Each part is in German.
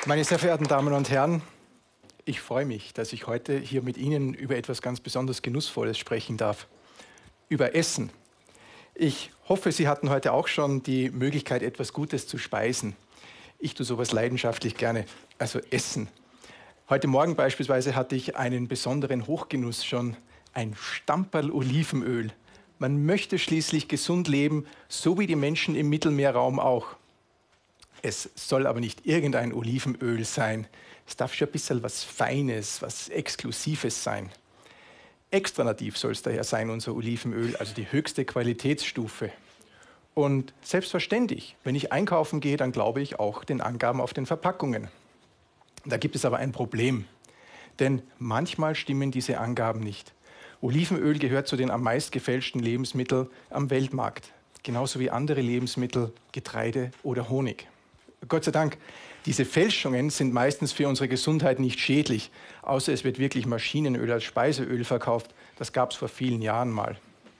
Meine sehr verehrten Damen und Herren, ich freue mich, dass ich heute hier mit Ihnen über etwas ganz besonders Genussvolles sprechen darf. Über Essen. Ich hoffe, Sie hatten heute auch schon die Möglichkeit, etwas Gutes zu speisen. Ich tue sowas leidenschaftlich gerne, also Essen. Heute Morgen beispielsweise hatte ich einen besonderen Hochgenuss schon, ein Stamperl Olivenöl. Man möchte schließlich gesund leben, so wie die Menschen im Mittelmeerraum auch. Es soll aber nicht irgendein Olivenöl sein. Es darf schon ein bisschen was Feines, was Exklusives sein. Extra nativ soll es daher sein, unser Olivenöl, also die höchste Qualitätsstufe. Und selbstverständlich, wenn ich einkaufen gehe, dann glaube ich auch den Angaben auf den Verpackungen. Da gibt es aber ein Problem, denn manchmal stimmen diese Angaben nicht. Olivenöl gehört zu den am meist gefälschten Lebensmitteln am Weltmarkt, genauso wie andere Lebensmittel, Getreide oder Honig. Gott sei Dank, diese Fälschungen sind meistens für unsere Gesundheit nicht schädlich, außer es wird wirklich Maschinenöl als Speiseöl verkauft. Das gab es vor vielen Jahren mal.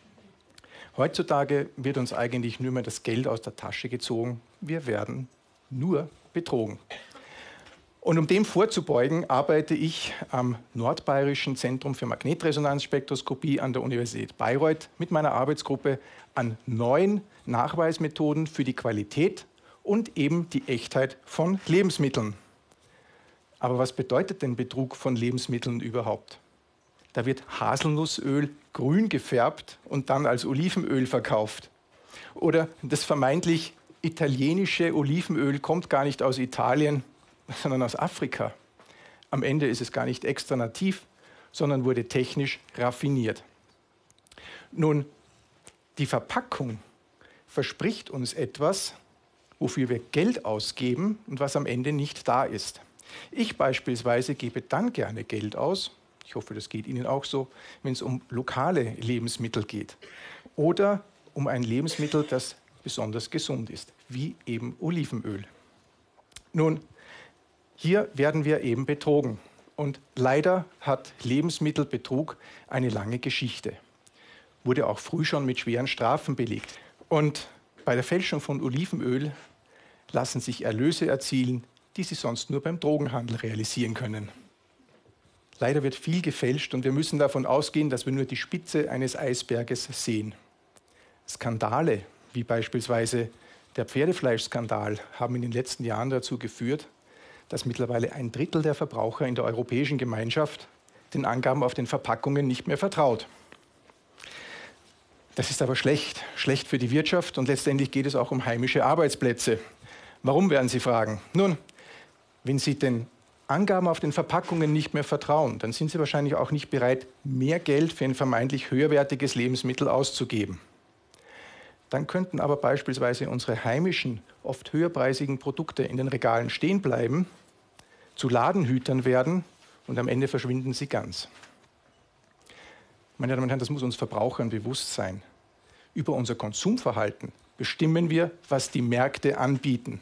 Heutzutage wird uns eigentlich nur mehr das Geld aus der Tasche gezogen. Wir werden nur betrogen. Und um dem vorzubeugen, arbeite ich am Nordbayerischen Zentrum für Magnetresonanzspektroskopie an der Universität Bayreuth mit meiner Arbeitsgruppe an neuen Nachweismethoden für die Qualität und eben die Echtheit von Lebensmitteln. Aber was bedeutet denn Betrug von Lebensmitteln überhaupt? Da wird Haselnussöl grün gefärbt und dann als Olivenöl verkauft. Oder das vermeintlich italienische Olivenöl kommt gar nicht aus Italien, sondern aus Afrika. Am Ende ist es gar nicht extra nativ, sondern wurde technisch raffiniert. Nun, die Verpackung verspricht uns etwas, wofür wir Geld ausgeben und was am Ende nicht da ist. Ich beispielsweise gebe dann gerne Geld aus, ich hoffe, das geht Ihnen auch so, wenn es um lokale Lebensmittel geht oder um ein Lebensmittel, das besonders gesund ist, wie eben Olivenöl. Nun, hier werden wir eben betrogen und leider hat Lebensmittelbetrug eine lange Geschichte. Wurde auch früh schon mit schweren Strafen belegt. Und bei der Fälschung von Olivenöl lassen sich Erlöse erzielen, die Sie sonst nur beim Drogenhandel realisieren können. Leider wird viel gefälscht und wir müssen davon ausgehen, dass wir nur die Spitze eines Eisberges sehen. Skandale, wie beispielsweise der Pferdefleischskandal, haben in den letzten Jahren dazu geführt, dass mittlerweile 1/3 der Verbraucher in der Europäischen Gemeinschaft den Angaben auf den Verpackungen nicht mehr vertraut. Das ist aber schlecht für die Wirtschaft und letztendlich geht es auch um heimische Arbeitsplätze. Warum, werden Sie fragen? Nun, wenn Sie den Angaben auf den Verpackungen nicht mehr vertrauen, dann sind Sie wahrscheinlich auch nicht bereit, mehr Geld für ein vermeintlich höherwertiges Lebensmittel auszugeben. Dann könnten aber beispielsweise unsere heimischen, oft höherpreisigen Produkte in den Regalen stehen bleiben, zu Ladenhütern werden und am Ende verschwinden sie ganz. Meine Damen und Herren, das muss uns Verbrauchern bewusst sein. Über unser Konsumverhalten bestimmen wir, was die Märkte anbieten.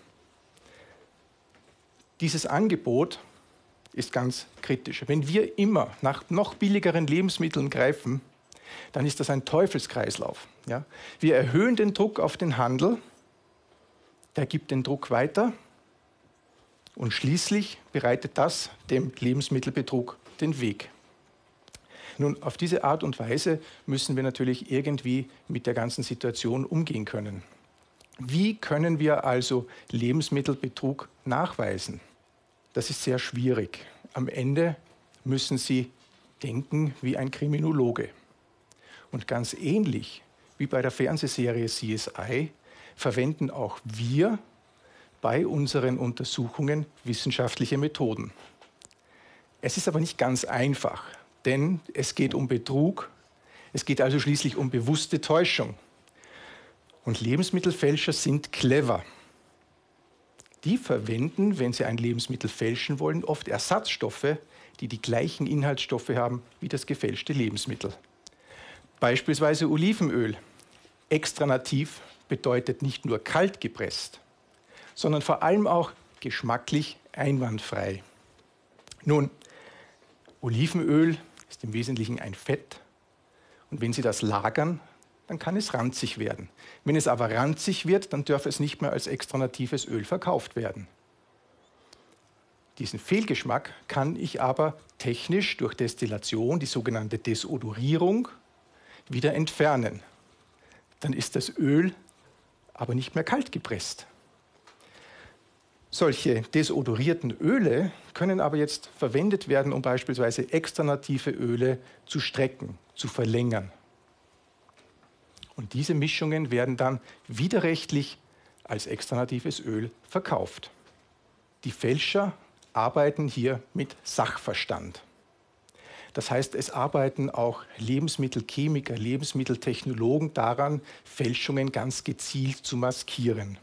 Dieses Angebot ist ganz kritisch. Wenn wir immer nach noch billigeren Lebensmitteln greifen, dann ist das ein Teufelskreislauf. Ja? Wir erhöhen den Druck auf den Handel, der gibt den Druck weiter und schließlich bereitet das dem Lebensmittelbetrug den Weg. Nun, auf diese Art und Weise müssen wir natürlich irgendwie mit der ganzen Situation umgehen können. Wie können wir also Lebensmittelbetrug nachweisen? Das ist sehr schwierig. Am Ende müssen Sie denken wie ein Kriminologe. Und ganz ähnlich wie bei der Fernsehserie CSI verwenden auch wir bei unseren Untersuchungen wissenschaftliche Methoden. Es ist aber nicht ganz einfach, denn es geht um Betrug, es geht also schließlich um bewusste Täuschung. Und Lebensmittelfälscher sind clever. Die verwenden, wenn sie ein Lebensmittel fälschen wollen, oft Ersatzstoffe, die die gleichen Inhaltsstoffe haben wie das gefälschte Lebensmittel. Beispielsweise Olivenöl. Extra nativ bedeutet nicht nur kalt gepresst, sondern vor allem auch geschmacklich einwandfrei. Nun, Olivenöl ist im Wesentlichen ein Fett und wenn Sie das lagern, dann kann es ranzig werden. Wenn es aber ranzig wird, dann darf es nicht mehr als extra natives Öl verkauft werden. Diesen Fehlgeschmack kann ich aber technisch durch Destillation, die sogenannte Desodorierung, wieder entfernen. Dann ist das Öl aber nicht mehr kalt gepresst. Solche desodorierten Öle können aber jetzt verwendet werden, um beispielsweise externative Öle zu strecken, zu verlängern. Und diese Mischungen werden dann widerrechtlich als externatives Öl verkauft. Die Fälscher arbeiten hier mit Sachverstand. Das heißt, es arbeiten auch Lebensmittelchemiker, Lebensmitteltechnologen daran, Fälschungen ganz gezielt zu maskieren.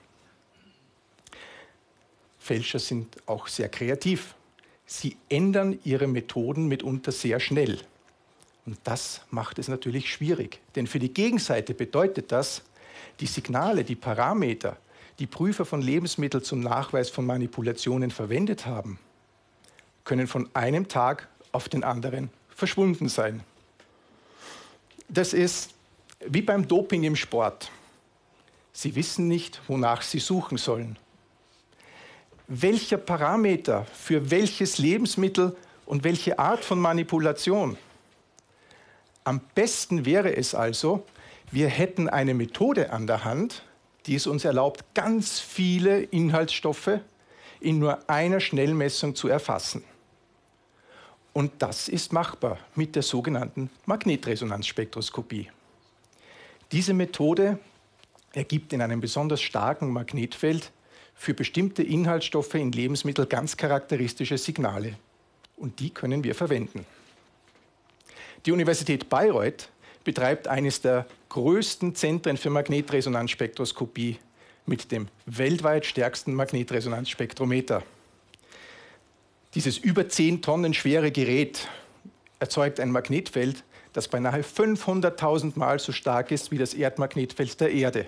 Fälscher sind auch sehr kreativ. Sie ändern ihre Methoden mitunter sehr schnell. Und das macht es natürlich schwierig. Denn für die Gegenseite bedeutet das, die Signale, die Parameter, die Prüfer von Lebensmitteln zum Nachweis von Manipulationen verwendet haben, können von einem Tag auf den anderen verschwunden sein. Das ist wie beim Doping im Sport. Sie wissen nicht, wonach sie suchen sollen. Welcher Parameter für welches Lebensmittel und welche Art von Manipulation? Am besten wäre es also, wir hätten eine Methode an der Hand, die es uns erlaubt, ganz viele Inhaltsstoffe in nur einer Schnellmessung zu erfassen. Und das ist machbar mit der sogenannten Magnetresonanzspektroskopie. Diese Methode ergibt in einem besonders starken Magnetfeld für bestimmte Inhaltsstoffe in Lebensmitteln ganz charakteristische Signale. Und die können wir verwenden. Die Universität Bayreuth betreibt eines der größten Zentren für Magnetresonanzspektroskopie mit dem weltweit stärksten Magnetresonanzspektrometer. Dieses über 10 Tonnen schwere Gerät erzeugt ein Magnetfeld, das beinahe 500.000 Mal so stark ist wie das Erdmagnetfeld der Erde.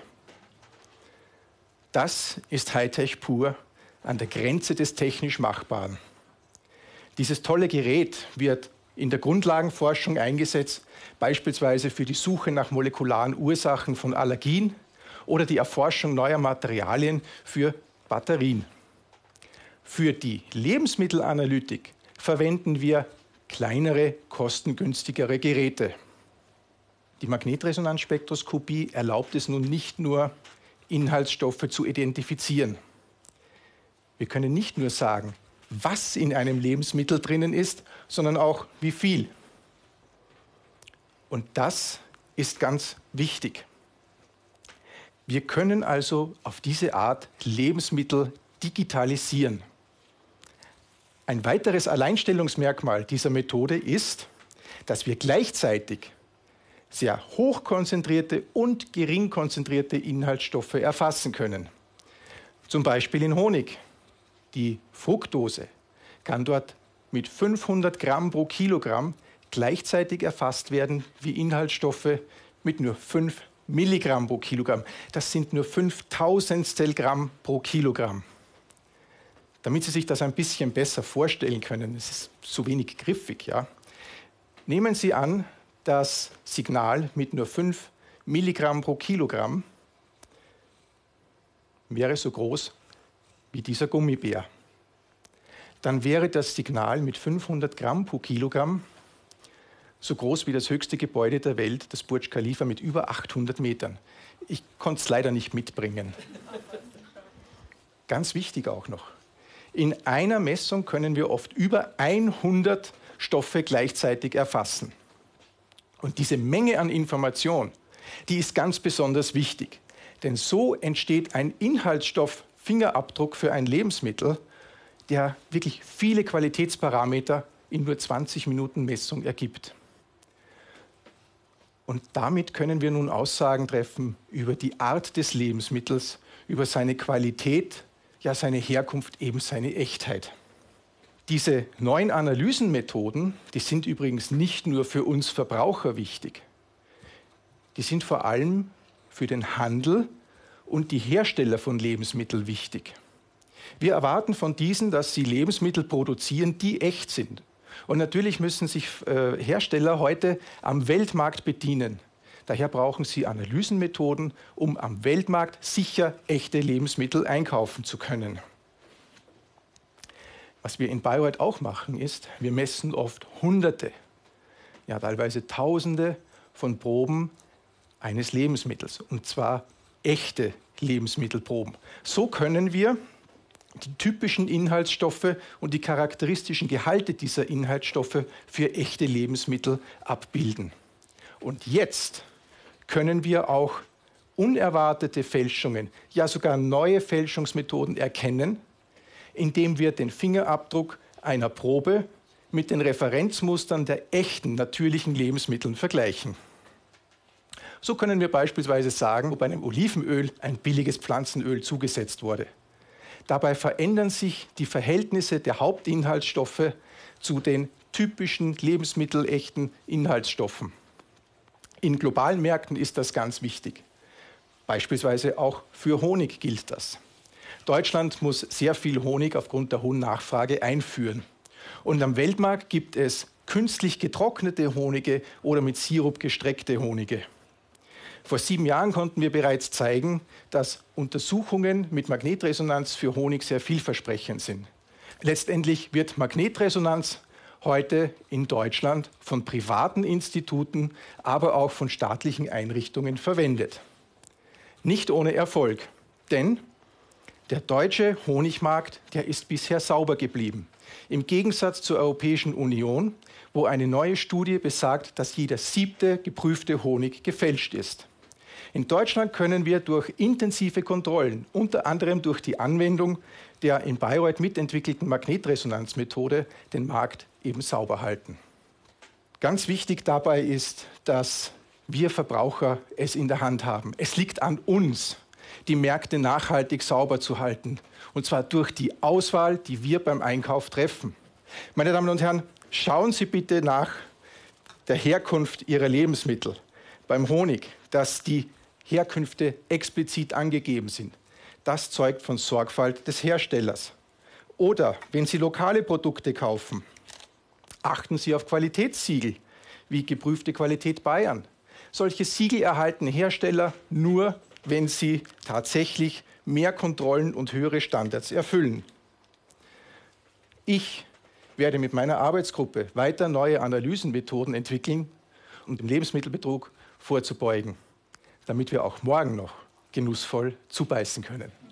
Das ist Hightech pur, an der Grenze des technisch Machbaren. Dieses tolle Gerät wird in der Grundlagenforschung eingesetzt, beispielsweise für die Suche nach molekularen Ursachen von Allergien oder die Erforschung neuer Materialien für Batterien. Für die Lebensmittelanalytik verwenden wir kleinere, kostengünstigere Geräte. Die Magnetresonanzspektroskopie erlaubt es nun nicht nur, Inhaltsstoffe zu identifizieren. Wir können nicht nur sagen, was in einem Lebensmittel drinnen ist, sondern auch wie viel. Und das ist ganz wichtig. Wir können also auf diese Art Lebensmittel digitalisieren. Ein weiteres Alleinstellungsmerkmal dieser Methode ist, dass wir gleichzeitig sehr hochkonzentrierte und gering konzentrierte Inhaltsstoffe erfassen können. Zum Beispiel in Honig. Die Fructose kann dort mit 500 Gramm pro Kilogramm gleichzeitig erfasst werden wie Inhaltsstoffe mit nur 5 Milligramm pro Kilogramm. Das sind nur 5.000 Gramm pro Kilogramm. Damit Sie sich das ein bisschen besser vorstellen können, es ist so wenig griffig, ja? Nehmen Sie an, das Signal mit nur 5 Milligramm pro Kilogramm wäre so groß wie dieser Gummibär. Dann wäre das Signal mit 500 Gramm pro Kilogramm so groß wie das höchste Gebäude der Welt, das Burj Khalifa mit über 800 Metern. Ich konnte es leider nicht mitbringen. Ganz wichtig auch noch. In einer Messung können wir oft über 100 Stoffe gleichzeitig erfassen. Und diese Menge an Information, die ist ganz besonders wichtig. Denn so entsteht ein Inhaltsstoff-Fingerabdruck für ein Lebensmittel, der wirklich viele Qualitätsparameter in nur 20 Minuten Messung ergibt. Und damit können wir nun Aussagen treffen über die Art des Lebensmittels, über seine Qualität, ja seine Herkunft, eben seine Echtheit. Diese neuen Analysenmethoden, die sind übrigens nicht nur für uns Verbraucher wichtig. Die sind vor allem für den Handel und die Hersteller von Lebensmitteln wichtig. Wir erwarten von diesen, dass sie Lebensmittel produzieren, die echt sind. Und natürlich müssen sich Hersteller heute am Weltmarkt bedienen. Daher brauchen sie Analysenmethoden, um am Weltmarkt sicher echte Lebensmittel einkaufen zu können. Was wir in Bayreuth auch machen, ist, wir messen oft Hunderte, ja teilweise Tausende von Proben eines Lebensmittels, und zwar echte Lebensmittelproben. So können wir die typischen Inhaltsstoffe und die charakteristischen Gehalte dieser Inhaltsstoffe für echte Lebensmittel abbilden. Und jetzt können wir auch unerwartete Fälschungen, ja sogar neue Fälschungsmethoden erkennen, indem wir den Fingerabdruck einer Probe mit den Referenzmustern der echten natürlichen Lebensmittel vergleichen. So können wir beispielsweise sagen, ob einem Olivenöl ein billiges Pflanzenöl zugesetzt wurde. Dabei verändern sich die Verhältnisse der Hauptinhaltsstoffe zu den typischen lebensmittelechten Inhaltsstoffen. In globalen Märkten ist das ganz wichtig. Beispielsweise auch für Honig gilt das. Deutschland muss sehr viel Honig aufgrund der hohen Nachfrage einführen. Und am Weltmarkt gibt es künstlich getrocknete Honige oder mit Sirup gestreckte Honige. Vor 7 Jahren konnten wir bereits zeigen, dass Untersuchungen mit Magnetresonanz für Honig sehr vielversprechend sind. Letztendlich wird Magnetresonanz heute in Deutschland von privaten Instituten, aber auch von staatlichen Einrichtungen verwendet. Nicht ohne Erfolg, denn der deutsche Honigmarkt, der ist bisher sauber geblieben. Im Gegensatz zur Europäischen Union, wo eine neue Studie besagt, dass jeder 7. geprüfte Honig gefälscht ist. In Deutschland können wir durch intensive Kontrollen, unter anderem durch die Anwendung der in Bayreuth mitentwickelten Magnetresonanzmethode, den Markt eben sauber halten. Ganz wichtig dabei ist, dass wir Verbraucher es in der Hand haben. Es liegt an uns, die Märkte nachhaltig sauber zu halten. Und zwar durch die Auswahl, die wir beim Einkauf treffen. Meine Damen und Herren, schauen Sie bitte nach der Herkunft Ihrer Lebensmittel. Beim Honig, dass die Herkünfte explizit angegeben sind. Das zeugt von Sorgfalt des Herstellers. Oder wenn Sie lokale Produkte kaufen, achten Sie auf Qualitätssiegel, wie geprüfte Qualität Bayern. Solche Siegel erhalten Hersteller nur, wenn sie tatsächlich mehr Kontrollen und höhere Standards erfüllen. Ich werde mit meiner Arbeitsgruppe weiter neue Analysenmethoden entwickeln, um dem Lebensmittelbetrug vorzubeugen, damit wir auch morgen noch genussvoll zubeißen können.